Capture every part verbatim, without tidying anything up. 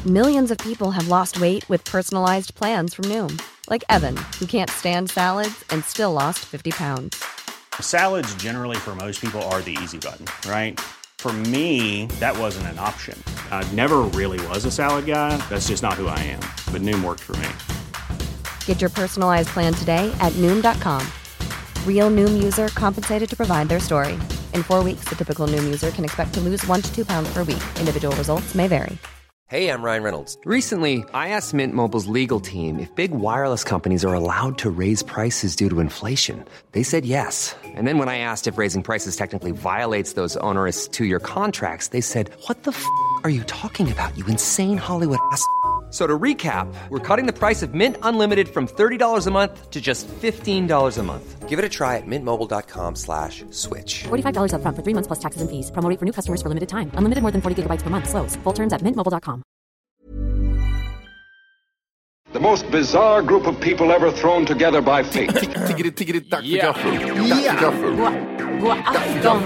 Millions of people have lost weight with personalized plans from Noom. Like Evan, who can't stand salads and still lost fifty pounds. Salads generally for most people are the easy button, right? For me, that wasn't an option. I never really was a salad guy. That's just not who I am. But Noom worked for me. Get your personalized plan today at Noom dot com. Real Noom user compensated to provide their story. In four weeks, the typical Noom user can expect to lose one to two pounds per week. Individual results may vary. Hey, I'm Ryan Reynolds. Recently, I asked Mint Mobile's legal team if big wireless companies are allowed to raise prices due to inflation. They said yes. And then when I asked if raising prices technically violates those onerous two-year contracts, they said, what the f*** are you talking about, you insane Hollywood ass f- So to recap, we're cutting the price of Mint Unlimited from thirty dollars a month to just fifteen dollars a month. Give it a try at mintmobile.com slash switch. forty-five dollars up front for three months plus taxes and fees. Promo rate for new customers for limited time. Unlimited more than forty gigabytes per month. Slows full terms at mint mobile dot com. The most bizarre group of people ever thrown together by fate. Tiggeri, tiggeri, dack för Ja. gaffel. Dack för gaffel. God afton.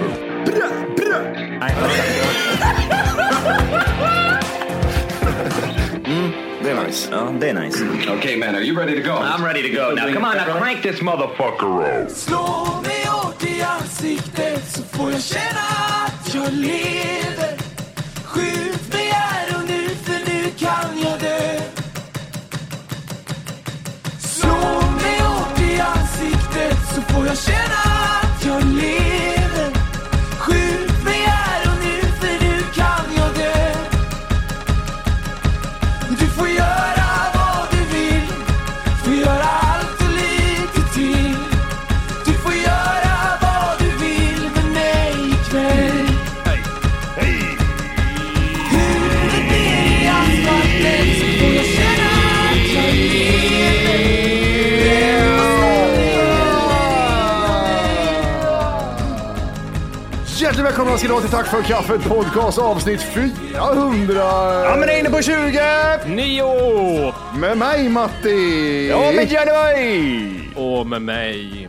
Det är nice. Ja, det är nice. Okay, man, are you ready to go? I'm ready to go. Now, come on, now crank this motherfucker up. Slå mig åt i ansiktet så får jag känna att jag lever. Skjut mig här och nu, för nu kan jag dö. Slå mig åt i ansiktet så får jag känna att jag lever. Skjut mig här och nu, för nu kan jag dö. Du får göra vad du vill, får göra allt och lite till. Du får göra vad du vill, men nej ikväll. Hej, hej. Huvudet ner i asfalten så får jag känna att jag lever. Hjärtligt välkomna ska ni vara till Tack för kaffet podcast avsnitt fyrahundra. Ja, men det är inne på tjugo! Nio! Med mig Matti. Ja, med Jenny! Och med mig...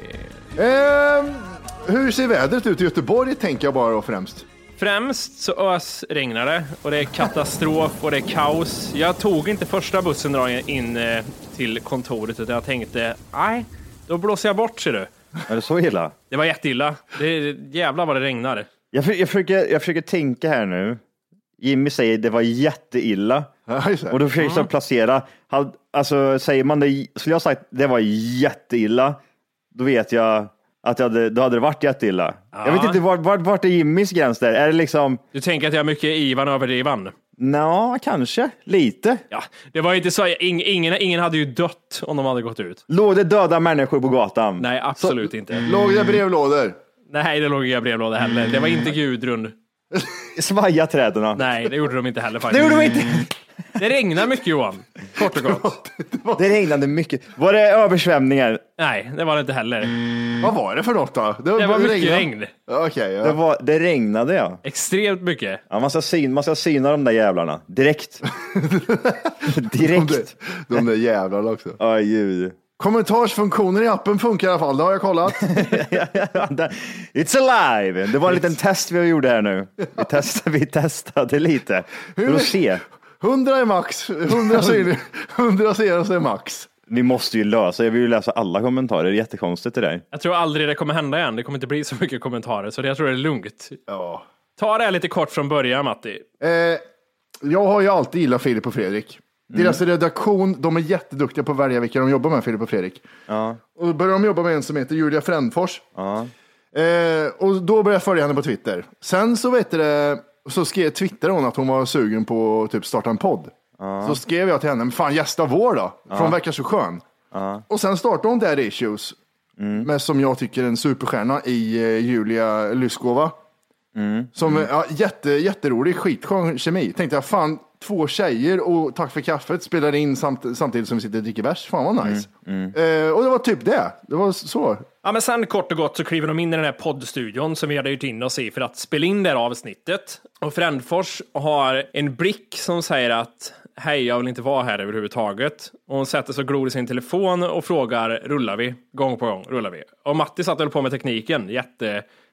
Ehm, hur ser vädret ut i Göteborg, tänker jag bara och främst. Främst så ösregnar det och det är katastrof och det är kaos. Jag tog inte första bussen dra in eh, till kontoret utan jag tänkte, nej, då blåser jag bort, ser du. Är det så illa? Det var jätteilla. Det är jävlar vad det regnar. Jag, för, jag, försöker, jag försöker tänka här nu. Jimmy säger det var jätteilla. Ja, och då försöker jag mm. placera. Alltså säger man det, skulle jag sagt det var jätteilla, då vet jag att jag hade, då hade det varit jätteilla. Ja. Jag vet inte, vart, vart, vart är Jimmys gräns där? Är det liksom... Du tänker att jag har mycket Ivan över Ivan? Nå, kanske. Lite. Ja, det var inte så. Ing, ingen, ingen hade ju dött om de hade gått ut. Låg det döda människor på gatan? Nej, absolut så, inte. Låg det brevlådor? Nej, det låg inga brevlådor heller. Det var inte Gudrun. Svaja träden. Nej, det gjorde de inte heller faktiskt. Det gjorde de inte. Det regnar mycket, Johan. Kort och gott. Det regnade mycket. Var det översvämningar? Nej, det var det inte heller. Mm. Vad var det för något då? Det var, det var mycket regn. Okay, ja. det, var, det regnade, ja. Extremt mycket. Ja, man ska syna, man ska syna de där jävlarna. Direkt. Direkt. De, de där jävlarna också. Ja, ljud. Kommentarsfunktionen i appen funkar i alla fall, det har jag kollat. It's alive. Det var en liten test vi gjorde här nu. Vi testade, vi testade lite. För att se. hundra är max. hundra senast är max. Vi måste ju lösa, jag vill ju läsa alla kommentarer. Det är jättekonstigt det där. Jag tror aldrig det kommer hända igen. Det kommer inte bli så mycket kommentarer. Så det, jag tror det är lugnt. Ja. Ta det lite kort från början, Matti. Eh, jag har ju alltid gillat Filip och Fredrik. Deras mm. redaktion, de är jätteduktiga på att välja vilka de jobbar med, Filip och Fredrik. Ja. Och då började de jobba med en som heter Julia Frändfors. Ja. Eh, och då började jag följa henne på Twitter. Sen så vet det, så skrev Twitter hon att hon var sugen på att typ starta en podd. Ja. Så skrev jag till henne, men fan gästa vår då, ja. För hon verkar så skön. Ja. Och sen startade hon Dad Issues. Mm. Med som jag tycker en superstjärna i uh, Julia Lyskova. Mm. Som mm. Ja, jätte, jätterolig, skitskön kemi. Tänkte jag, fan, två tjejer och Tack för kaffet spelar in samt, samtidigt som vi sitter och dricker bärs. Fan vad nice. Mm. Mm. Eh, och det var typ det. Det var så. Ja, men sen kort och gott så kliver de in i den här poddstudion som vi hade gjort in oss i för att spela in det här avsnittet. Och Frändfors har en blick som säger att hej, jag vill inte vara här överhuvudtaget. Och hon sätter sig och glor i sin telefon och frågar, rullar vi? Gång på gång, rullar vi? Och Matti satt och höll på med tekniken, jätte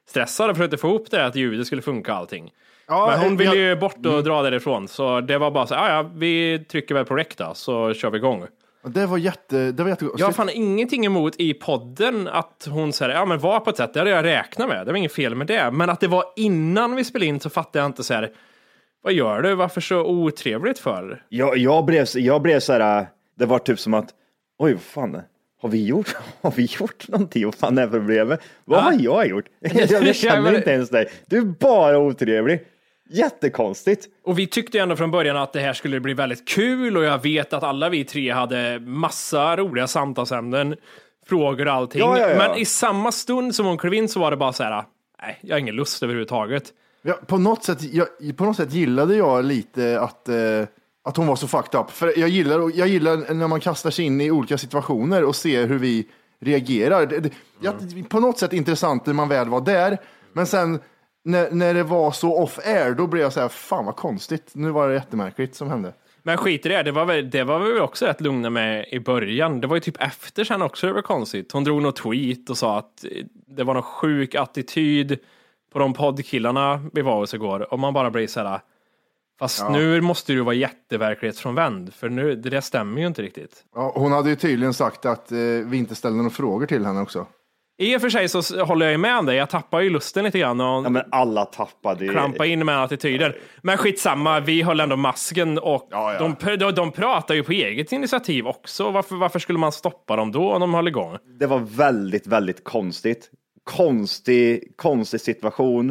stressad och försökte få ihop det att ljudet skulle funka allting. Ja, men hon ville jag- ju bort och dra därifrån, så det var bara så här, ja, vi trycker väl på rec då, så kör vi igång. Det var jätte... Det var jätte... Jag fann ingenting emot i podden att hon säger, ja men var på ett sätt, det hade jag räknat med, det var inget fel med det. Men att det var innan vi spelade in så fattade jag inte så här, vad gör du, varför så otrevligt för? Jag, jag, blev, jag blev så här, det var typ som att, oj vad fan, har vi gjort, har vi gjort någonting? Vad fan är problemet? Vad Ja. har jag gjort? Jag känner inte ens dig. Du är bara otrevlig. Jättekonstigt. Och vi tyckte ändå från början att det här skulle bli väldigt kul, och jag vet att alla vi tre hade massa roliga samtalsämnen, frågor och allting. Ja, ja, ja. Men i samma stund som hon klev in så var det bara så här, nej, jag har ingen lust överhuvudtaget. Ja, på något sätt, jag, på något sätt gillade jag lite att, eh, att hon var så fucked up. För jag gillar, jag gillar när man kastar sig in i olika situationer och ser hur vi reagerar. Det, det, jag, på något sätt intressant när man väl var där. Men sen när, när det var så off-air, då blev jag så här, fan vad konstigt. Nu var det jättemärkligt som hände. Men skit i det, det var, väl, det var vi också rätt lugna med i början. Det var ju typ efter sen också det var konstigt. Hon drog något tweet och sa att det var någon sjuk attityd på de poddkillarna vi var hos igår. Och man bara blir så här, fast ja. Nu måste du vara jätteverklighetsfrånvänd. För nu, det där stämmer ju inte riktigt. Ja, hon hade ju tydligen sagt att eh, vi inte ställde några frågor till henne också. I och för sig så håller jag med om det. Jag tappar ju lusten lite grann och Ja, men alla tappade ju. klampa in med attityder. Men skitsamma, vi höll ändå masken och Ja, ja. De, de, de pratar ju på eget initiativ också. Varför, varför skulle man stoppa dem då om de håller igång? Det var väldigt, väldigt konstigt. Konstig, konstig situation.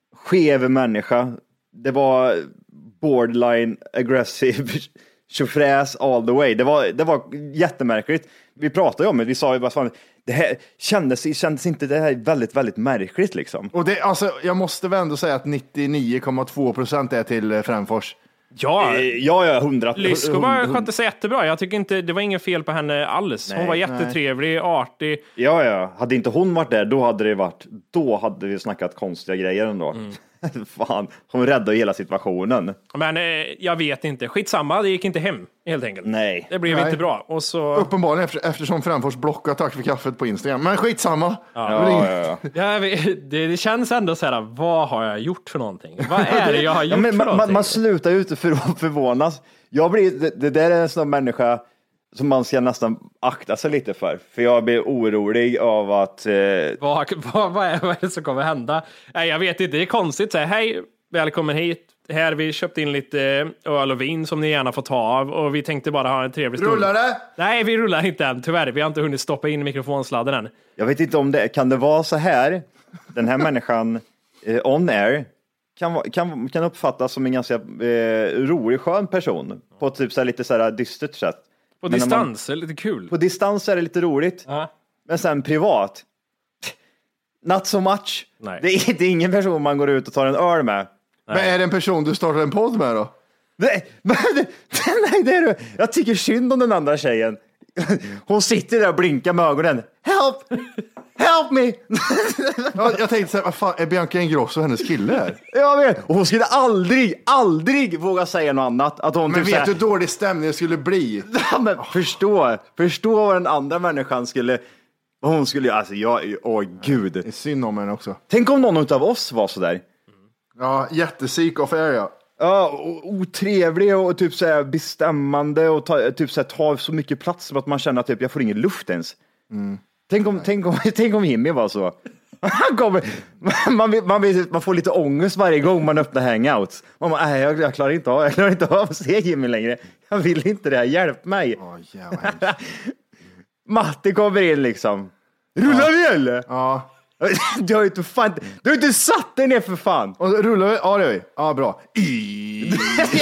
Skev människa. Det var borderline aggressive tjofräs all the way. Det var, det var jättemärkligt. Vi pratade ju om det. Vi sa ju bara fan, det här kändes, kändes inte det här väldigt, väldigt märkligt liksom. Och det, alltså, jag måste väl ändå säga att nittionio komma två procent är till eh, Frändfors. Ja, Eh, ja, ja, hundra. Lysko var skötte sig jättebra. Jag tycker inte, det var ingen fel på henne alls. Hon Nej, var jättetrevlig, artig. Ja, ja. Hade inte hon varit där, då hade det varit, då hade vi snackat konstiga grejer ändå. Mm. Fan, hon räddade hela situationen. Men eh, jag vet inte. Skitsamma, det gick inte hem helt enkelt. Nej. Det blev Nej. inte bra. Och så... Uppenbarligen efter, eftersom Frändfors blockar tack för kaffet på Instagram. Men skitsamma. Ja, ja, ja. Ja, det, det känns ändå så här, vad har jag gjort för någonting? Vad är det jag har gjort Ja, men för man, någonting? man, man slutar ju inte för att förvånas. Jag blir, det, det där är en sån människa som man ska nästan akta sig lite för. För jag blir orolig av att... Eh... Vad, vad, vad, är, vad är det som kommer hända? Nej, jag vet inte, det är konstigt. Så här, hej, välkommen hit. Här vi köpt in lite öl och vin som ni gärna får ta av. Och vi tänkte bara ha en trevlig stund. Rullar det? Nej, vi rullar inte än, tyvärr. Vi har inte hunnit stoppa in mikrofonsladden än. Jag vet inte om det kan det vara så här. Den här människan eh, on air kan, va- kan, kan uppfattas som en ganska eh, rolig, skön person. På typ så här, lite så här dystert sätt. På Men när man- distans, är lite kul. På distans är det lite roligt. Ja. Men sen privat, not so much. Nej. Det är, det är ingen person man går ut och tar en öl med. Men är det en person du startar en podd med då? Nej, men det, nej, det är du. Jag tycker synd om den andra tjejen. Hon sitter där och blinkar med ögonen. Help! Help me! Ja, jag tänkte så här, vad fan, är Bianca Ingrosso hennes kille här? Jag vet. Och hon skulle aldrig, aldrig våga säga något annat. Att hon Men typ vet du såhär, hur dålig stämning det skulle bli? ja, men förstå, förstå vad den andra människan skulle, vad hon skulle, alltså jag, åh gud. Det är synd om henne också. Tänk om någon av oss var sådär. Ja, jättesik of area. Ja, och otrevlig och typ så här bestämmande och ta, typ så här, ta så mycket plats som att man känner att typ, jag får ingen luft ens. Mm. Tänk, om, tänk, om, tänk om Jimmy var så. Han kommer, man, vill, man, vill, man får lite ångest varje gång man öppnar hangouts. Man bara, nej, jag, jag klarar inte av, jag klarar inte av att se Jimmy längre. Jag vill inte det här, hjälp mig. Åh, jävlar. Matte kommer in liksom. Rullar vi eller? Ja. Du har ju inte fan, du har inte satt dig ner för fan. Och rullar vi? Ja, det gör vi. Ja, bra. I...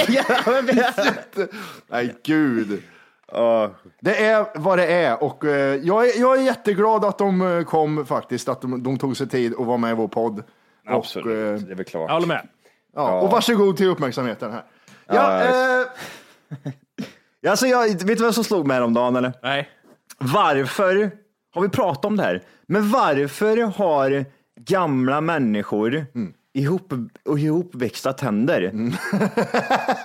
Nej, gud. Uh. Det är vad det är och uh, jag, är, jag är jätteglad att de uh, kom faktiskt, att de, de tog sig tid att vara med i vår podd. Absolut, och, uh, det är väl klart. Jag håller med. Ja, ja. Och varsågod till uppmärksamheten här. Ja, Ja, uh, Alltså, jag, vet du vad som slog mig om dagen eller? Nej. Varför, har vi pratat om det här, men varför har gamla människor mm. ihop, och ihopväxta tänder? Mm.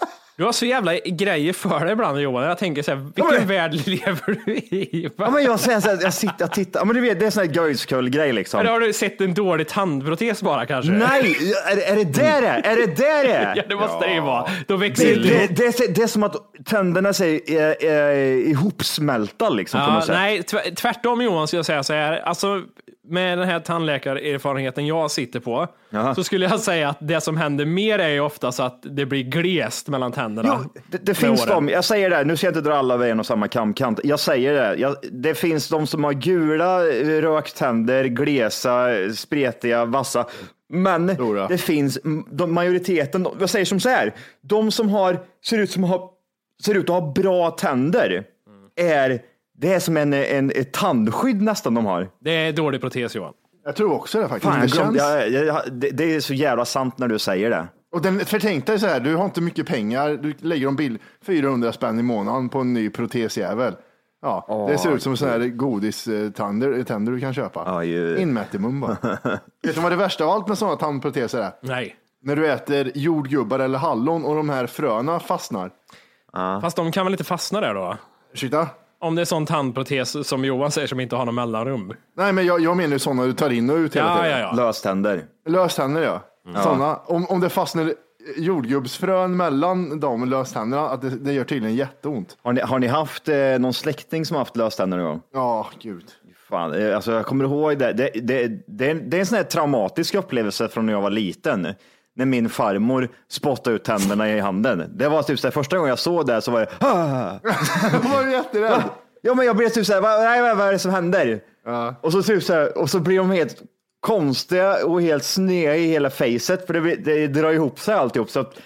Du har så jävla grejer för dig ibland, Johan. Jag tänker så här, vilken ja, men... värld lever du i? Ja, men jag säger så här, jag sitter och tittar. Ja, men du vet, det är en sån här göjskull-grej liksom. Eller har du sett en dålig tandprotes bara kanske? Nej, är, är det där det är? det där det Ja, det måste det ju vara. Då växer det, det, det, det, det, det är som att tänderna sig är, är ihopsmälta liksom. Ja, på något sätt. Nej, tvärtom Johan, ska jag säga så här. Alltså, med den här tandläkarerfarenheten jag sitter på, Jaha. så skulle jag säga att det som händer mer är ju oftast att det blir glest mellan tänderna. Jo, det, det finns de, jag säger det, nu ska jag inte dra alla över en och samma kamkant. Jag säger det, jag, det finns de som har gula röktänder, glesa, spretiga, vassa. Men Stora. det finns de, majoriteten, jag säger som så här, de som har, ser ut som har, ser ut att ha bra tänder är, det är som en, en, ett tandskydd nästan de har. Det är dålig protes, Johan. Jag tror också det faktiskt. Fan, det, känns... jag, jag, jag, det, det är så jävla sant när du säger det. Och den, för tänk dig så här, du har inte mycket pengar, du lägger en bild fyrahundra spänn i månaden på en ny protesjävel. Ja, oh, det ser ut som så här godiständer tänder du kan köpa. Oh, ju... Inmätt i mun bara. Vet du vad det värsta av allt med sådana tandproteser är? Nej. När du äter jordgubbar eller hallon och de här fröna fastnar. Ah. Fast de kan väl inte fastna där då? Ursäkta? Om det är sån tandprotes som Johan säger som inte har någon mellanrum. Nej, men jag, jag menar ju sådana du tar in och ut hela ja, tiden. Ja, ja. Löständer. Löständer, ja. Mm. Såna. Om, om det fastnar jordgubbsfrön mellan de löständerna, att det, det gör tydligen jätteont. Har ni, har ni haft eh, någon släkting som har haft löständer någon gång? Ja, gud. Fan, alltså jag kommer ihåg det. Det, det, det, det är en sån här traumatisk upplevelse från när jag var liten. När min farmor spottade ut tänderna i handen. Det var typ så här, första gången jag såg det så var jag ah! Jag var jätterädd. Ja, men jag blev typ så här, vad, nej, vad är det som händer? Ja. Och så typ så här, och så blir de helt konstiga och helt sneda i hela facet, för det, det drar ihop sig alltihop så att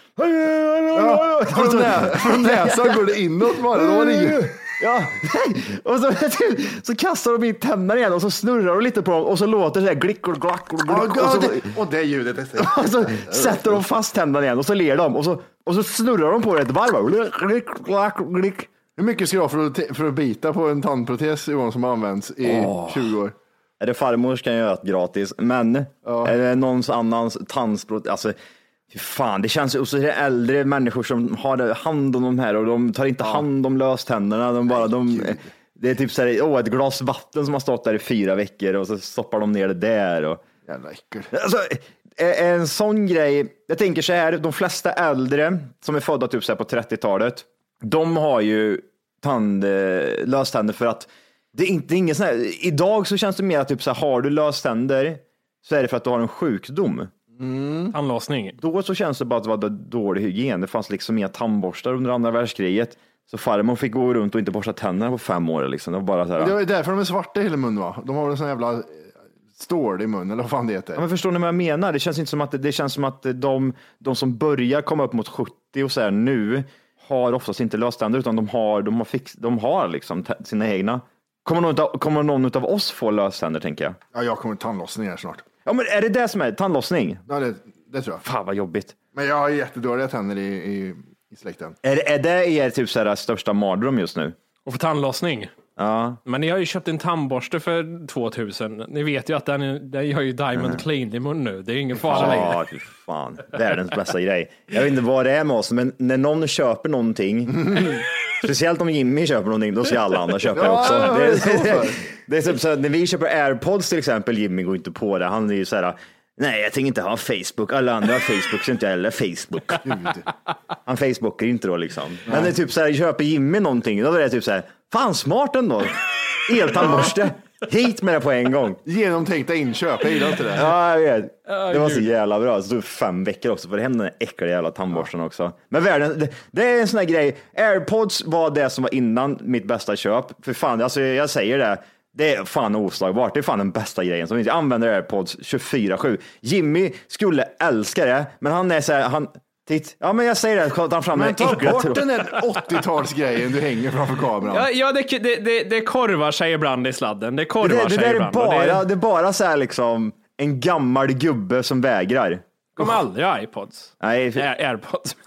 ja, från, nä, från näsan går det inåt bara. Då var det ju... Ja, och så, så kastar de in tänderna igen och så snurrar de lite på dem och så låter det så här glick och glack och glack. Oh, och, så, det, och det ljudet är och så sätter de fast tänderna igen och så ler de och så, och så snurrar de på det ett varv. Glick, glack, glick. Hur mycket ska du ha för att, för att bita på en tandprotes Johan, som har använts i oh. tjugo år? Är det farmor kan jag göra det gratis, men ja. Är det någons annans tandsprotes, alltså fy fan, det känns också det äldre människor som har hand om de här och de tar inte ja. hand om löständerna, de bara, de, det är typ så här, åh, ett glas vatten som har stått där i fyra veckor och så stoppar de ner det där och jävla äckel. Alltså, en sån grej, jag tänker så här, de flesta äldre som är födda typ så här på trettiotalet, de har ju tand, löständer för att det är inte ingen sån här, idag så känns det mer att typ så här, har du löständer så är det för att du har en sjukdom. Mm. Tandlossning. Då så känns det bara att det var dålig hygien. Det fanns liksom inga tandborstar under andra världskriget. Så farmor fick gå runt och inte borsta tänderna på fem år. Liksom. Det var bara så här. Det var därför de är svarta i hela munnen, va? De har en sån jävla stål i munnen, eller vad fan det heter. Ja, men förstår ni vad jag menar? Det känns inte som att, det känns som att de, de som börjar komma upp mot sjuttio och så här nu har oftast inte löständer, utan de har, de har, fix, de har liksom t- sina egna. Kommer någon, av, kommer någon av oss få löständer, tänker jag? Ja, jag kommer tandlossning här snart. Ja, men är det det som är tandlossning? Ja, det, det tror jag. Fan vad jobbigt. Men jag har jättedåliga tänder i, i, i släkten. Är, är det er typ så här största mardröm just nu? Och för tandlossning? Ja. Men ni har ju köpt en tandborste för tvåtusen. Ni vet ju att den, den gör ju Diamond mm. Clean i mun nu. Det är ingen fara längre. Ja, fy fan. Det är den bästa grej. Jag vet inte vad det är med oss, men när någon köper någonting, speciellt om Jimmy köper någonting, då ska alla andra köpa det också. Ja, det, är, det, är, det är typ så att när vi köper AirPods till exempel, Jimmy går inte på det. Han är ju så här, nej, jag tänker inte ha Facebook. Alla andra har Facebook, så inte jag heller Facebook. Han Facebookar inte då liksom. Nej. Men det är typ så här, köper Jimmy någonting, då är det typ så här, fan smart ändå. Eltandborste. Hit med det på en gång. Genomtänkta inköp, jag gillar inte det. Ja, jag vet. Det var så jävla bra. Så fem veckor också för hem den äckliga jävla tandborsten ja. också. Men världen, det, det är en sån här grej. AirPods var det som var innan mitt bästa köp. För fan, alltså jag säger det. Det är fan oslagbart. Det är fan den bästa grejen. Som jag använder AirPods tjugofyra sju. Jimmy skulle älska det. Men han är så här, han... Titt. Ja, men jag säger det. Ta fram men ta bort den där åttiotalsgrejen du hänger framför kameran. Ja, ja det, det, det, det korvar sig ibland i sladden. Det korvar det, det, sig det ibland. Bara, det, är... det är bara så här liksom en gammal gubbe som vägrar. Kommer aldrig iPods. Nej. För... Air, Airpods.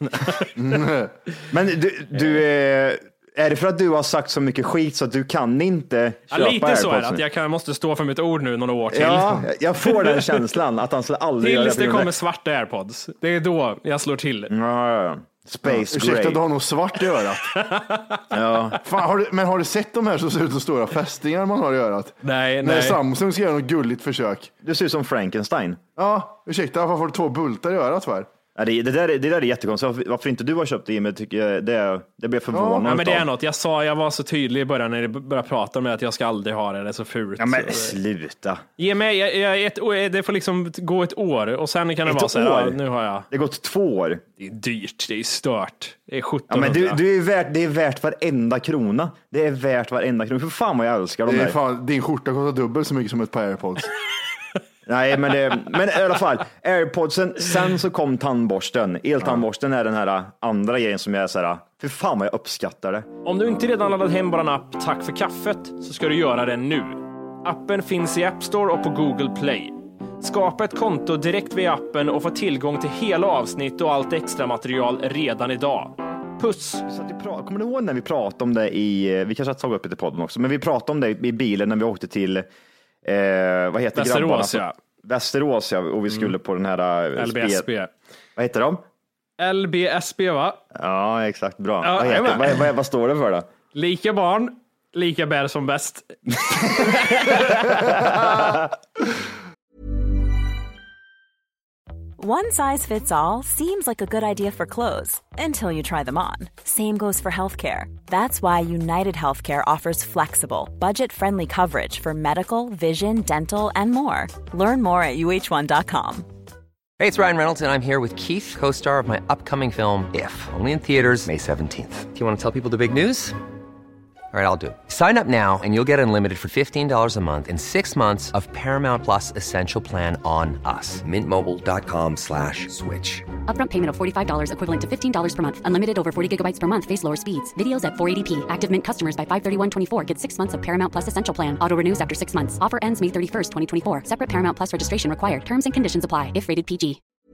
Men du, du är... Är det för att du har sagt så mycket skit så att du kan inte köpa ja, lite AirPods? Så är det, att jag kan, måste stå för mitt ord nu några år till. Ja, jag får den känslan att han skulle aldrig tills göra det. Tills det kommer svarta AirPods. Det är då jag slår till. Ja, ja. Space ja, ursäkta, Grey. du har nog svart i örat. Ja. Fan, har du, men har du sett de här som ser ut som stora fästingar man har i örat? Nej, När nej. Samsung ska göra något gulligt försök. Du ser ut som Frankenstein. Ja, ursäkta, varför har du två bultar i örat för? Ja, det, det, där, det där är jättekonstigt. Varför, varför inte du har köpt det, Jimmy, tycker jag, det, det blir förvånande. Ja, men det är något. Jag sa, jag var så tydlig i början när jag började prata om det, att jag ska aldrig ha det, det är så fult. Ja, men så, sluta. Ge mig, jag, jag, ett, år- det får liksom gå ett år och sen kan det Ett vara så här, år? ja, nu har jag. Det har gått två år. Det är dyrt, det är stört. Det är sjutton. Ja, men du, du är värt, det är värt varenda krona. Det är värt varenda krona. För fan vad jag älskar de Det är där. fan, din skjorta kostar dubbelt så mycket som ett par AirPods. Nej, men, det, men i alla fall, AirPodsen, sen så kom tandborsten. Eltandborsten är den här andra grejen som jag är så här, för fan vad jag uppskattar det. Om du inte redan laddat hem vår app Tack för kaffet så ska du göra det nu. Appen finns i App Store och på Google Play. Skapa ett konto direkt via appen och få tillgång till hela avsnitt och allt extra material redan idag. Puss! Så att vi pra- Kommer du ihåg när vi pratade om det i, vi kanske har tagit upp det i podden också, men vi pratade om det i bilen när vi åkte till, eh, vad heter Västerås, grabbarna? ja. Västerås, ja, och vi skulle Mm. på den här eh, L B S B. spe- Vad heter de? L B S B, va? Ja, exakt, bra. Ja, vad, heter, jajamän. vad, vad, vad står det för då? Lika barn, lika bär som bäst. One size fits all seems like a good idea for clothes until you try them on. Same goes for healthcare. That's why United Healthcare offers flexible, budget-friendly coverage for medical, vision, dental, and more. Learn more at U H one dot com. Hey, it's Ryan Reynolds, and I'm here with Keith, co-star of my upcoming film, If, only in theaters May seventeenth. Do you want to tell people the big news? All right, I'll do it. Sign up now and you'll get unlimited for fifteen dollars a month and six months of Paramount Plus Essential Plan on us. Mint Mobile dot com slash switch. Upfront payment of forty-five dollars equivalent to fifteen dollars per month. Unlimited over forty gigabytes per month. Face lower speeds. Videos at four eighty p. Active Mint customers by five thirty-one twenty-four get six months of Paramount Plus Essential Plan. Auto renews after six months. Offer ends May thirty-first, twenty twenty-four. Separate Paramount Plus registration required. Terms and conditions apply if rated P G.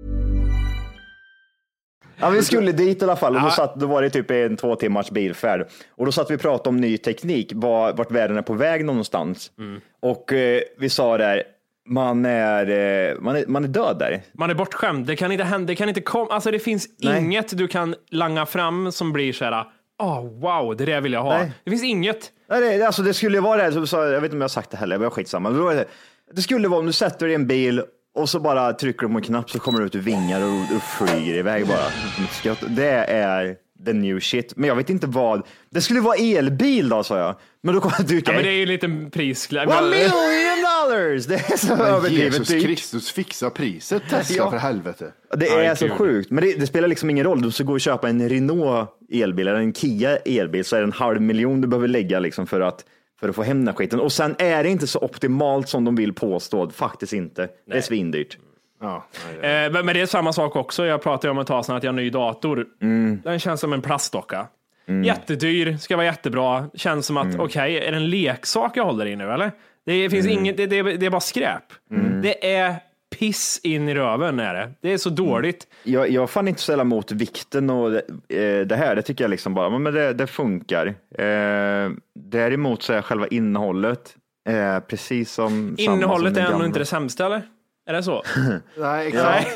Ja, vi skulle dit i alla fall och då, satt, då var det typ en två timmars bilfärd och då satt vi och pratade om ny teknik, var, vart världen är på väg någonstans. Mm. Och eh, vi sa där, man är, eh, man är, man är död där. Man är bortskämd, det kan inte hända, det kan inte komma, alltså det finns Nej. inget du kan langa fram som blir så här, oh, wow, det där vill jag ha. Nej. Det finns inget. Nej, det, alltså det skulle vara det, så, jag vet inte om jag har sagt det heller, men jag har skitsamma. Det, det skulle vara om du sätter dig i en bil och så bara trycker du på en knapp så kommer det ut vingar och, och flyger iväg bara. Det är the new shit. Men jag vet inte vad. Det skulle vara elbil då, sa jag. Men då kommer du... Ja, men det är ju en liten pris. One million dollars! Det är så överdrivet. Jesus Kristus, fixa priset Tesla ja. för helvete. Det är Aj, så kul. Sjukt. Men det, det spelar liksom ingen roll. Du ska gå och köpa en Renault elbil eller en Kia elbil så är det en halv miljon du behöver lägga liksom för att för att få hem den här skiten. Och sen är det inte så optimalt som de vill påstå. Faktiskt inte. Nej. Det är svindyrt. Ja, eh, men det är samma sak också. Jag pratade om ett tag sedan att jag har en ny dator. Mm. Den känns som en plastdocka. Mm. Jättedyr, ska vara jättebra. Känns som att, mm. okej, okay, är det en leksak jag håller i nu, eller? Det finns mm. inget, det, det, det är bara skräp. Mm. Det är piss in i röven är det. Det är så dåligt. Mm. Jag, jag fann inte ställa mot vikten och det, eh, det här. Det tycker jag liksom bara, men det, det funkar. Eh, däremot så är själva innehållet eh, precis som innehållet som är ändå inte det sämsta, eller? Är det så? Nej, exakt.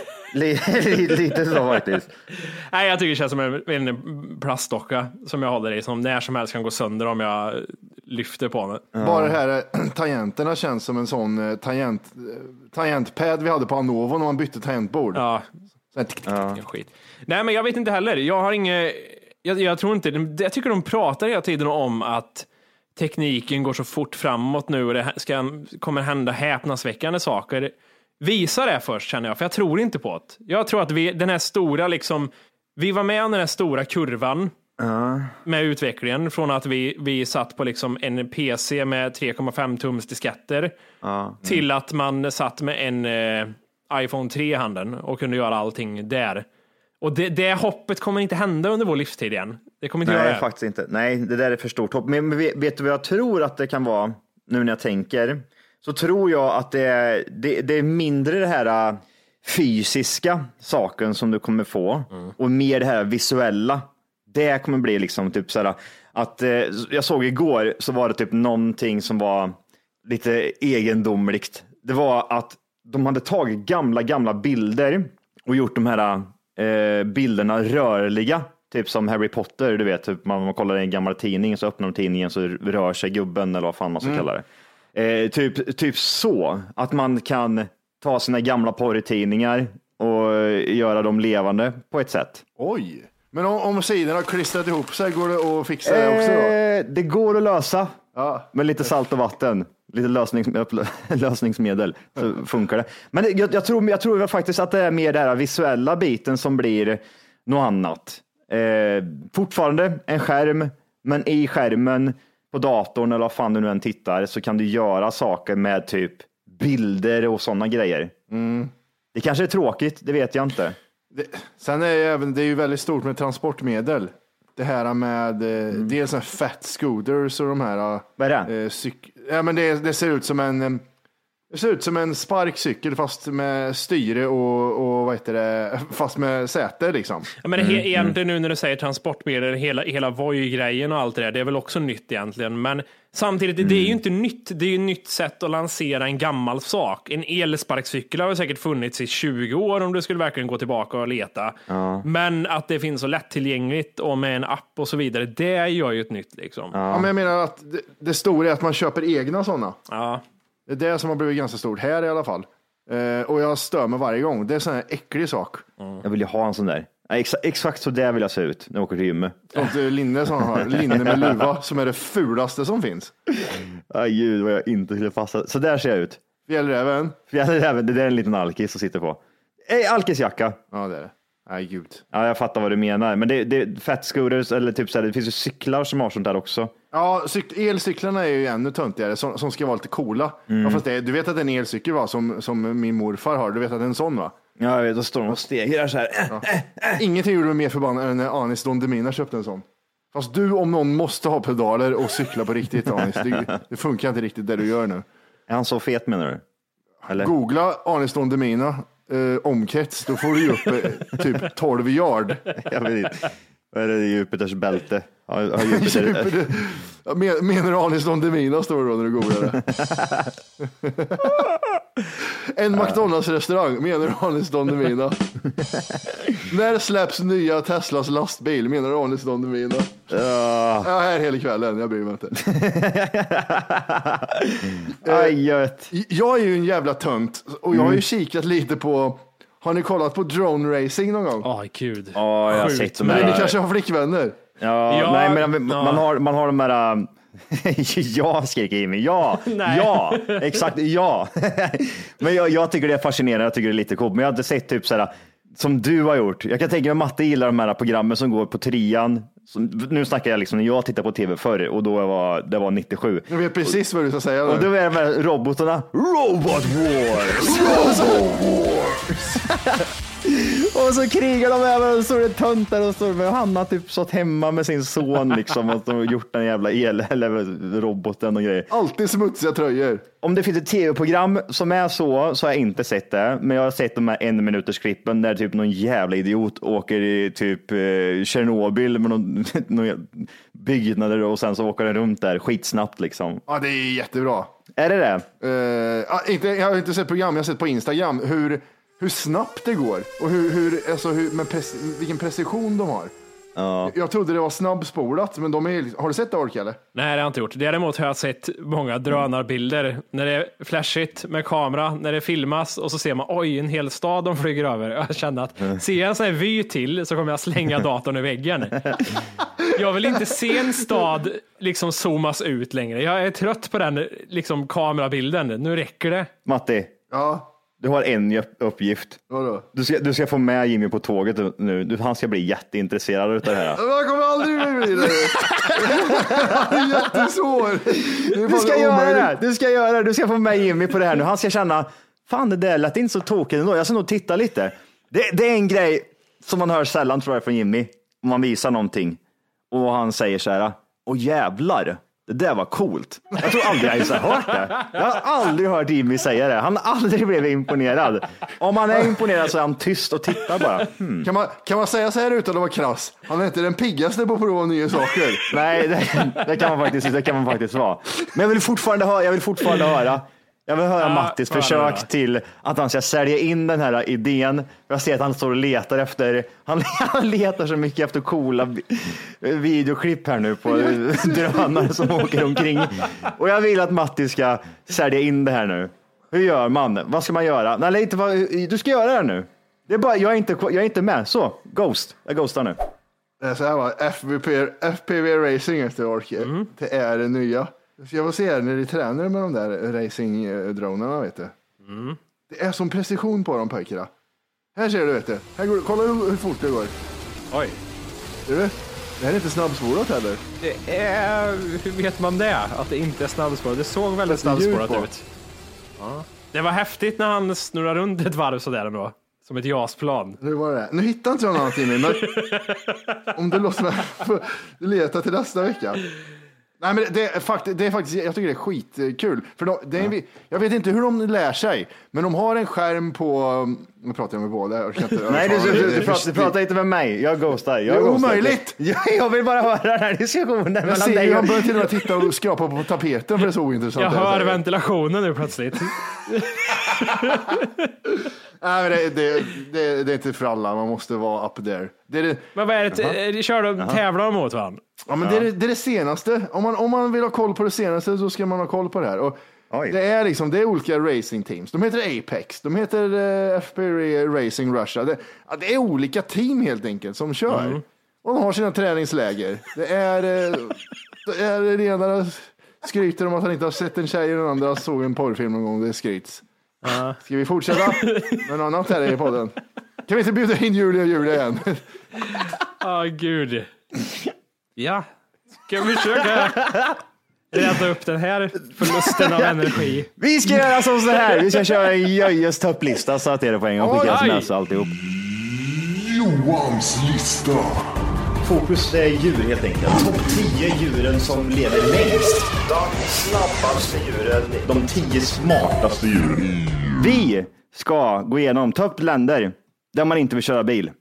Lite så faktiskt. Nej, jag tycker det känns som en, en plastdocka som jag håller i, som när som helst kan gå sönder om jag lyfter på den. Ja. Bara det här, tangenterna känns som en sån tangent, tangentpad vi hade på Anovo när man bytte tangentbord. Ja. Så här, ja. Skit. Nej, men jag vet inte heller. Jag har inget, jag, jag tror inte, jag tycker de pratar hela tiden om att tekniken går så fort framåt nu och det ska, kommer hända häpnadsväckande saker. Visa det först, känner jag, för jag tror inte på det. Jag tror att vi, den här stora liksom, vi var med om den här stora kurvan uh. med utvecklingen från att vi, vi satt på liksom en P C med tre komma fem tums disketter uh. mm. till att man satt med en eh, iPhone tre i handen och kunde göra allting där. Och det, det hoppet kommer inte hända under vår livstid igen. Det kommer inte Nej, göra det. faktiskt inte. Nej, det där är för stort hopp. Men vet, vet du vad jag tror att det kan vara nu när jag tänker? Så tror jag att det är, det, det är mindre det här fysiska saken som du kommer få mm. och mer det här visuella. Det kommer bli liksom typ så här att eh, jag såg igår så var det typ någonting som var lite egendomligt. Det var att de hade tagit gamla, gamla bilder och gjort de här eh, bilderna rörliga. Typ som Harry Potter, du vet, typ man, man kollar i en gammal tidning så öppnar de tidningen så rör sig gubben eller vad fan man ska mm. kalla det. Eh, typ, typ så, att man kan ta sina gamla porrtidningar och göra dem levande på ett sätt. Oj, men om, om sidorna har klistrat ihop sig, går det att fixa det också då? Eh, det går att lösa, ja. Med lite salt och vatten. Lite lösnings, lösningsmedel så funkar det. Men jag, jag, tror, jag tror faktiskt att det är mer den här visuella biten som blir något annat. Eh, fortfarande en skärm, men i skärmen på datorn eller vad fan du nu än tittar så kan du göra saker med typ bilder och sådana grejer. Mm. Det kanske är tråkigt, det vet jag inte. Det, sen är det, även, det är ju väldigt stort med transportmedel. Det här med mm. dels en fat scooters och de här. Vad är det? Eh, cyk- ja, men det, det ser ut som en det ser ut som en sparkcykel fast med styre och, och vad heter det, fast med säte liksom. Ja, men he- egentligen nu när du säger transportmedel, hela, hela Voi-grejen och allt det där, det är väl också nytt egentligen. Men samtidigt, mm. det är ju inte nytt. Det är ju ett nytt sätt att lansera en gammal sak. En elsparkcykel har säkert funnits i tjugo år om du skulle verkligen gå tillbaka och leta. Ja. Men att det finns så lättillgängligt och med en app och så vidare, det gör ju ett nytt liksom. Ja, ja men jag menar att det, det stora är att man köper egna sådana. Ja. Det är det som har blivit ganska stort här i alla fall. Eh, och jag stör mig varje gång. Det är en sån här äcklig sak. Mm. Jag vill ju ha en sån där. Ex- exakt så där vill jag se ut när jag åker till gymmet. Sånt linne som har. Linne med luva som är det fulaste som finns. Aj, gud vad jag inte skulle passa. Så där ser jag ut. Fjällräven. Fjällräven, det är en liten alkis som sitter på. Ej, alkisjacka. Ja, det är det. Nej, gud. Ja, jag fattar vad du menar. Men det, det fat scooters eller typ så här, det finns ju cyklar som har sånt där också. Ja, cyk- elcyklarna är ju ännu töntigare, som, som ska vara lite coola. Mm. Ja, fast det, du vet att det är en elcykel va, som, som min morfar har. Du vet att det är en sån va? Ja, jag vet. Då står de och stegrar så här. Ja. Ingenting gjorde mig mer förbannad än när Anis Don Demina köpte en sån. Fast du om någon måste ha pedaler och cykla på riktigt, Anis. Det, det funkar inte riktigt det du gör nu. Är han så fet menar du? Eller? Googla Anis Don Demina eh, omkrets, då får du ju upp eh, typ tolv yard. Jag vet inte. Vad är det? Jupiters bälte. Har, har Jupiter... Jupiter. Men, menar du Anis Don Demina står det då när du googlar det? En McDonalds-restaurang, menar du Anis Don Demina? När släpps nya Teslas lastbil, menar du Anis Don Demina? Ja, ja här hela kvällen, jag bryr mig inte. uh, jag är ju en jävla tönt och jag har ju kikat lite på. Har ni kollat på drone racing någon gång? Åh, oh, gud. Ja, jag har sett dem. Men ni kanske har flickvänner? Ja, ja, nej, men man, ja. man, har, man har de här... ja, skriker Jimmy. Ja, ja, exakt, ja. Men jag, jag tycker det är fascinerande, jag tycker det är lite coolt. Men jag har inte sett typ så här, som du har gjort. Jag kan tänka mig Matte gillar de här programmen som går på trean. Som, nu snackar jag liksom när jag tittar på tv förr och då var det var nittiosju. Jag vet precis vad du ska säga. Och då är de här robotarna. Robot Wars! Robot Wars! Och så krigar de över och så är det töntar och så med Hanna typ satt hemma med sin son liksom och de har gjort den jävla el eller roboten och grejer. Alltid smutsiga tröjor. Om det finns ett tv-program som är så så har jag inte sett det, men jag har sett de här en minuters klippen där typ någon jävla idiot åker i typ eh, Tjernobyl med någon, någon byggnader och sen så åker den runt där skitsnabbt liksom. Ja, det är jättebra. Är det det? Uh, inte, jag har inte sett program, jag har sett på Instagram hur hur snabbt det går och hur, hur, alltså hur, men pres, vilken precision de har. Ja. Jag trodde det var snabbspolat, men de är, har du sett det, Ork, eller? Nej, det har jag inte gjort. Däremot har jag sett många drönarbilder när det är flashigt med kamera, när det filmas och så ser man, oj, en hel stad de flyger över. Jag känner att ser jag en sån här vy till så kommer jag slänga datorn i väggen. Jag vill inte se en stad liksom zoomas ut längre. Jag är trött på den liksom kamerabilden. Nu räcker det. Matti. Ja. Du har en uppgift. Vadå? Du ska, du ska få med Jimmy på tåget nu. Du, han ska bli jätteintresserad av det här. Jag kommer aldrig bli det. Han är jättesvår. Du ska göra det. Du ska göra det. Du ska få med Jimmy på det här nu. Han ska känna, fan det där lät inte så tokigt ändå. Jag ska nog titta lite. Det, det är en grej som man hör sällan tror jag från Jimmy. Om man visar någonting. Och han säger så här, åh jävlar. Det där var coolt. Jag tror aldrig jag har hört det. Jag har aldrig hört Jimmy säga det. Han har aldrig blivit imponerad. Om han är imponerad så är han tyst och tittar bara. Hmm. Kan man, kan man säga så här utan att vara krass? Han är inte den piggaste på att prova nya saker. Nej, det, det, kan man faktiskt, det kan man faktiskt vara. Men jag vill fortfarande höra. Jag vill fortfarande höra. Jag vill höra Ja, Mattis höra försök det. till att han ska sälja in den här idén. Jag ser att han står och letar efter, han, han letar så mycket efter coola vi- videoklipp här nu på drönare som åker omkring. Och jag vill att Mattis ska sälja in det här nu. Hur gör man? Vad ska man göra? Nej, inte vad, du ska göra det här nu. Det är bara, jag är inte, jag är inte med. Så, Ghost. Jag ghostar nu. Det är så här va, F V P, F P V Racing efter Ork. Mm. Det är det nya. Jag får se när de tränar med de där racing-dronerna, vet du. Mm. Det är som precision på de pojkarna. Här ser du, vet du. Här går, kolla hur, hur fort det går. Oj. Ser du? Det här är inte snabbspårat heller. Det är... Hur vet man det? Att det inte är snabbspårat? Det såg väldigt snabbspårat ut. Ja. Det var häftigt när han snurrade runt ett varv sådär ändå. Som ett jasplan. Nu var det. Nu hittar inte jag något i mig, men om du låter mig leta till nästa vecka. Nej, men det är faktiskt, det är faktiskt, jag tycker det är skitkul. För de, det är en, jag vet inte hur de lär sig, men de har en skärm på, nu pratar jag med båda. Jag inte, Nej, du, du, du, pratar, du pratar inte med mig, jag ghostar. Jag det är ghostar. omöjligt! Jag, jag vill bara höra den här diskussionen. Jag ser ju, han börjar till och med titta och skrapa på tapeten för det är så ointressant. Jag hör ventilationen nu plötsligt. Nej, men det, det, det, det är inte för alla, man måste vara up there. Det är det, men vad är det, uh-huh. kör de, tävlar de mot varandra? Ja, men ja. Det, är, det är det senaste. Om man, om man vill ha koll på det senaste så ska man ha koll på det här. Och det är liksom, det är olika racing teams. De heter Apex, de heter uh, F P V Racing Russia. Det, ja, det är olika team helt enkelt som kör. Mm. Och de har sina träningsläger. Det är, uh, det är renare skryter om att han inte har sett en tjej och den andra såg en porrfilm någon gång. Det skryts. Uh. Ska vi fortsätta med något annat här i podden? Kan vi inte bjuda in Julia och Julia igen? Ja, oh, gud. Ja, ska vi försöka rädda upp den här förlusten av energi? Vi ska göra som så här. Vi ska köra en Jöjes topplista så att det är det på en gång. Skicka sms och alltihop. Johans lista. Fokus är djur helt enkelt. Topp tio djuren som lever längst. De snabbaste djuren. De tio smartaste djuren. Vi ska gå igenom toppländer där man inte vill köra bil.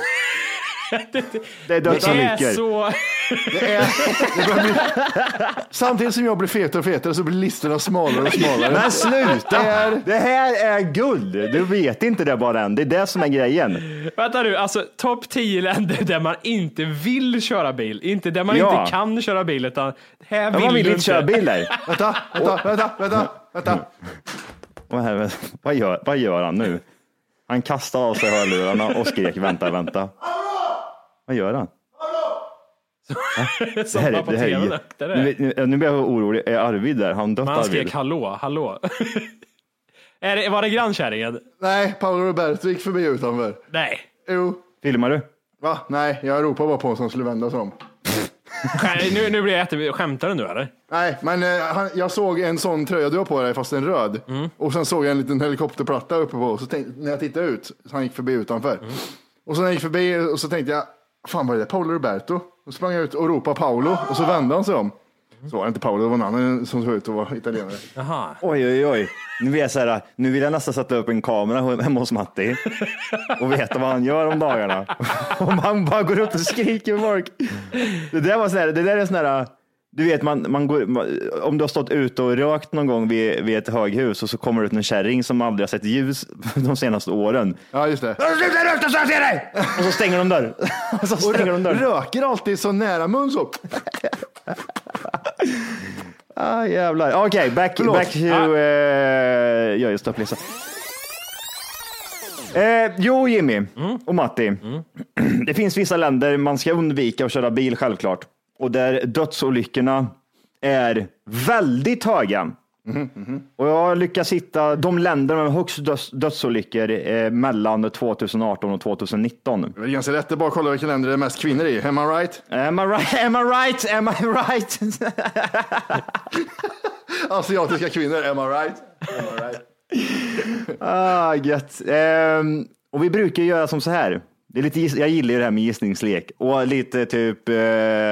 Det är dödsolyckor. Så... Det är, det bli... Samtidigt som jag blir fetare och fetare så blir listorna smalare och smalare. Men sluta! Det, är... det här är guld. Du vet inte det bara än. Det är det som är grejen. Vänta du, alltså topp tio länder där man inte vill köra bil. Inte där man ja. inte kan köra bil. Utan här vill man vill du inte köra bil där. Vänta, vänta, vänta, vänta, vänta. Vad, här, vad, gör, vad gör han nu? Han kastade av sig hörlurarna och skrek vänta, vänta. Vad gör han? Det här är, det här är, det nu, nu, nu blir jag orolig. Är Arvid där? Han dött. Man skrek hallå, hallå. är det, var det grannkärringen? Nej, Paolo Roberto gick förbi utanför. Nej. Jo. Filmar du? Va? Nej, jag ropade bara på honom som skulle vända sig om. nu, nu blir jag jätte... Skämtar du nu eller? Nej, men eh, han, jag såg en sån tröja du har på dig fast en röd. Mm. Och sen såg jag en liten helikopterplatta uppe på. Så tänk, när jag tittade ut, så han gick förbi utanför. Mm. Och så när jag gick förbi och så tänkte jag, fan vad är det? Paolo Roberto. Då sprang jag ut och ropade Paolo och så vände han sig om. Så var det inte Paolo, det var en annan som såg ut och var italienare. Aha. Oj, oj, oj. Nu, är så här, nu vill jag nästan sätta upp en kamera hemma hos Matti och veta vad han gör om dagarna. Om han bara går upp och skriker med folk. Det där, var så här, det där är sån här, du vet, man, man går, om du har stått ute och rökt någon gång vid, vid ett höghus och så kommer det ut en kärring som aldrig har sett ljus de senaste åren. Ja, just det. Sluta röka så jag ser dig! Och så stänger de där. Och så stänger de där. Röker alltid så nära mun så. Ah, jävlar. Okej, okay, back, back to... Ah. Uh, jag just upplisa. Eh, jo, Jimmy mm. och Matti. Mm. Det finns vissa länder man ska undvika att köra bil, självklart. Och där dödsolyckorna är väldigt höga. Mm, mm. Och jag lyckas hitta de länder med högst döds- dödsolyckor eh, mellan tjugoarton och tjugonitton. Det är ganska lätt att bara kolla vilka länder det är mest kvinnor i. Am I right? Am I right? Am I right? Am I right? Asiatiska kvinnor, am I right? Am I right? ah, gött. Um, och vi brukar göra som så här. Det är lite, jag gillar det här med gissningslek. Och lite typ... Uh,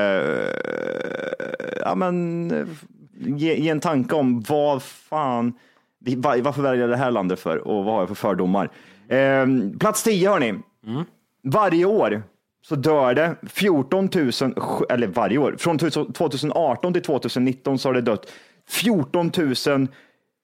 ja, men... Ge, ge en tanke om vad fan... Var, varför väljer jag det här landet för? Och vad har jag för fördomar? Um, plats tio, hörni. Mm. Varje år så dör det fjorton tusen... Eller varje år. Från tjugoarton till tjugonitton så har det dött fjorton tusen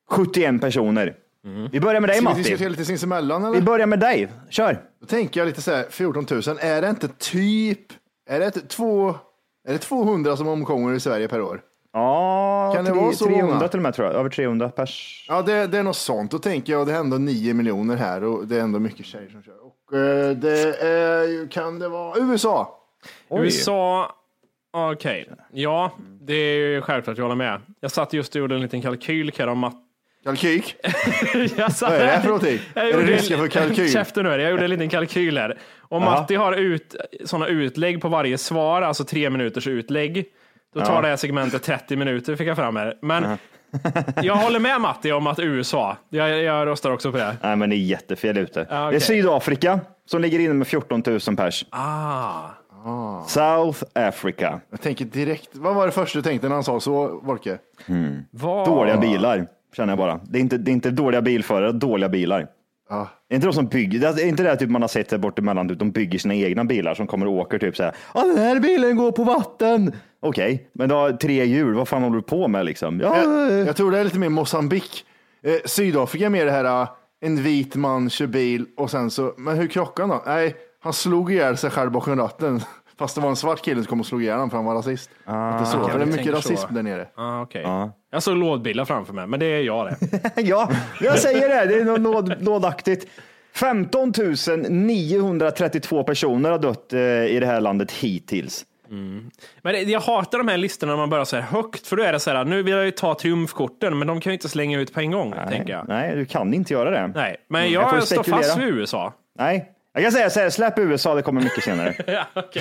sjuttioen personer. Mm. Vi börjar med dig, Ska vi Matti. diskutera lite sinsemellan, eller? Vi börjar med dig. Kör. Då tänker jag lite så här, fjorton tusen. Är det inte typ, är det inte två, är det tvåhundra som omkommer i Sverige per år? Ja, kan det tre, vara så trehundra många? till och med, tror jag. Över trehundra pers. Ja, det, det är något sånt. Då tänker jag, det är ändå nio miljoner här och det är ändå mycket tjejer som kör. Och eh, det är, kan det vara U S A? Oj. U S A, okej. Okay. Ja, det är självklart, jag håller med. Jag satt just och gjorde en liten kalkyl här om att Kalkyk? jag satt, Vad är det här för någonting? Jag är det risken för kalkyl? Käften nu, jag gjorde en liten kalkyl här. Om Aha. Matti har ut, sådana utlägg på varje svar, alltså tre minuters utlägg, då tar Ja. det här segmentet trettio minuter, fick jag fram här. Men jag håller med Matti om att U S A, jag, jag röstar också på det. Nej, men det är jättefel ute. Ah, okay. Det är Sydafrika som ligger inne med fjorton tusen pers. Ah. Ah. South Africa. Jag tänker direkt, vad var det första du tänkte när han sa så, Volke? Mm. Vad? Dåliga bilar, känner jag bara. Det är inte, det är inte dåliga bilförare, dåliga bilar. Ah. Det är inte de som bygger, det är inte det typ man har sett där bort emellan, de bygger sina egna bilar som kommer och åker typ så här. Ja, den här bilen går på vatten. Okej, okay, men du har tre hjul, vad fan håller du på med liksom? Ja. Jag, jag tror det är lite mer Mosambik. Eh, Sydafrika är mer det här, uh, en vit man kör bil och sen så, men hur krockade han då? Nej, han slog ihjäl sig själv bakom ratten. Fast det var en svart kille som kom och slog ihjäl honom för han var rasist. Ah, att det, så, okay, för det är mycket rasism så. där nere. Ah, okay. ah. Jag såg lådbilar framför mig, men det är jag det. Ja, jag säger det, det är något låd, lådaktigt. femton tusen niohundratrettiotvå personer har dött eh, i det här landet hittills. Mm. Men det, jag hatar de här listorna när man börjar så här högt, för då är det så här, nu vill jag ju ta triumfkorten, men de kan ju inte slänga ut på en gång, nej, tänker jag. Nej, du kan inte göra det. Nej, men mm, jag, jag står fast vid U S A. Nej, jag kan säga så här, släpp U S A, det kommer mycket senare. Ja, okay.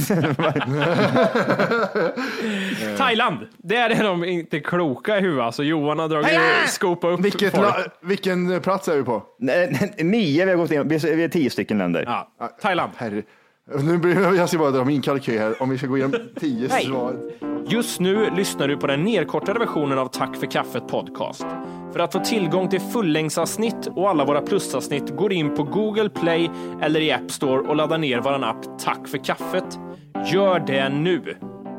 Thailand, det är de inte kloka i huvudet, så Johan har dragit skopa upp Vilket folk. la, vilken plats är vi på? Nio, vi har gått in, vi är tio stycken länder. Ja, Thailand. Herre. Nu blir jag ska bara dra min kalkyl här, om vi ska gå igenom tio Nej. svar. Just nu lyssnar du på den nedkortade versionen av Tack för kaffet podcast. För att få tillgång till fullängdsavsnitt och alla våra plusavsnitt går in på Google Play eller i App Store och laddar ner våran app Tack för kaffet. Gör det nu!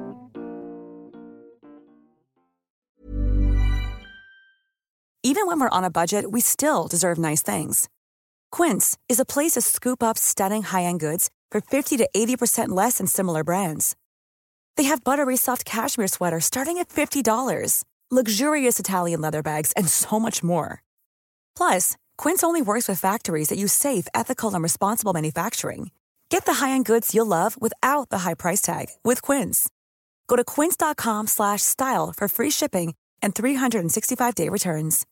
Even when we're on a budget, we still deserve nice things. Quince is a place to scoop up stunning high-end goods for fifty to eighty percent less than similar brands. They have buttery soft cashmere sweaters starting at fifty dollars, luxurious Italian leather bags, and so much more. Plus, Quince only works with factories that use safe, ethical, and responsible manufacturing. Get the high-end goods you'll love without the high price tag with Quince. Go to quince dot com slash style for free shipping and three hundred sixty-five day returns.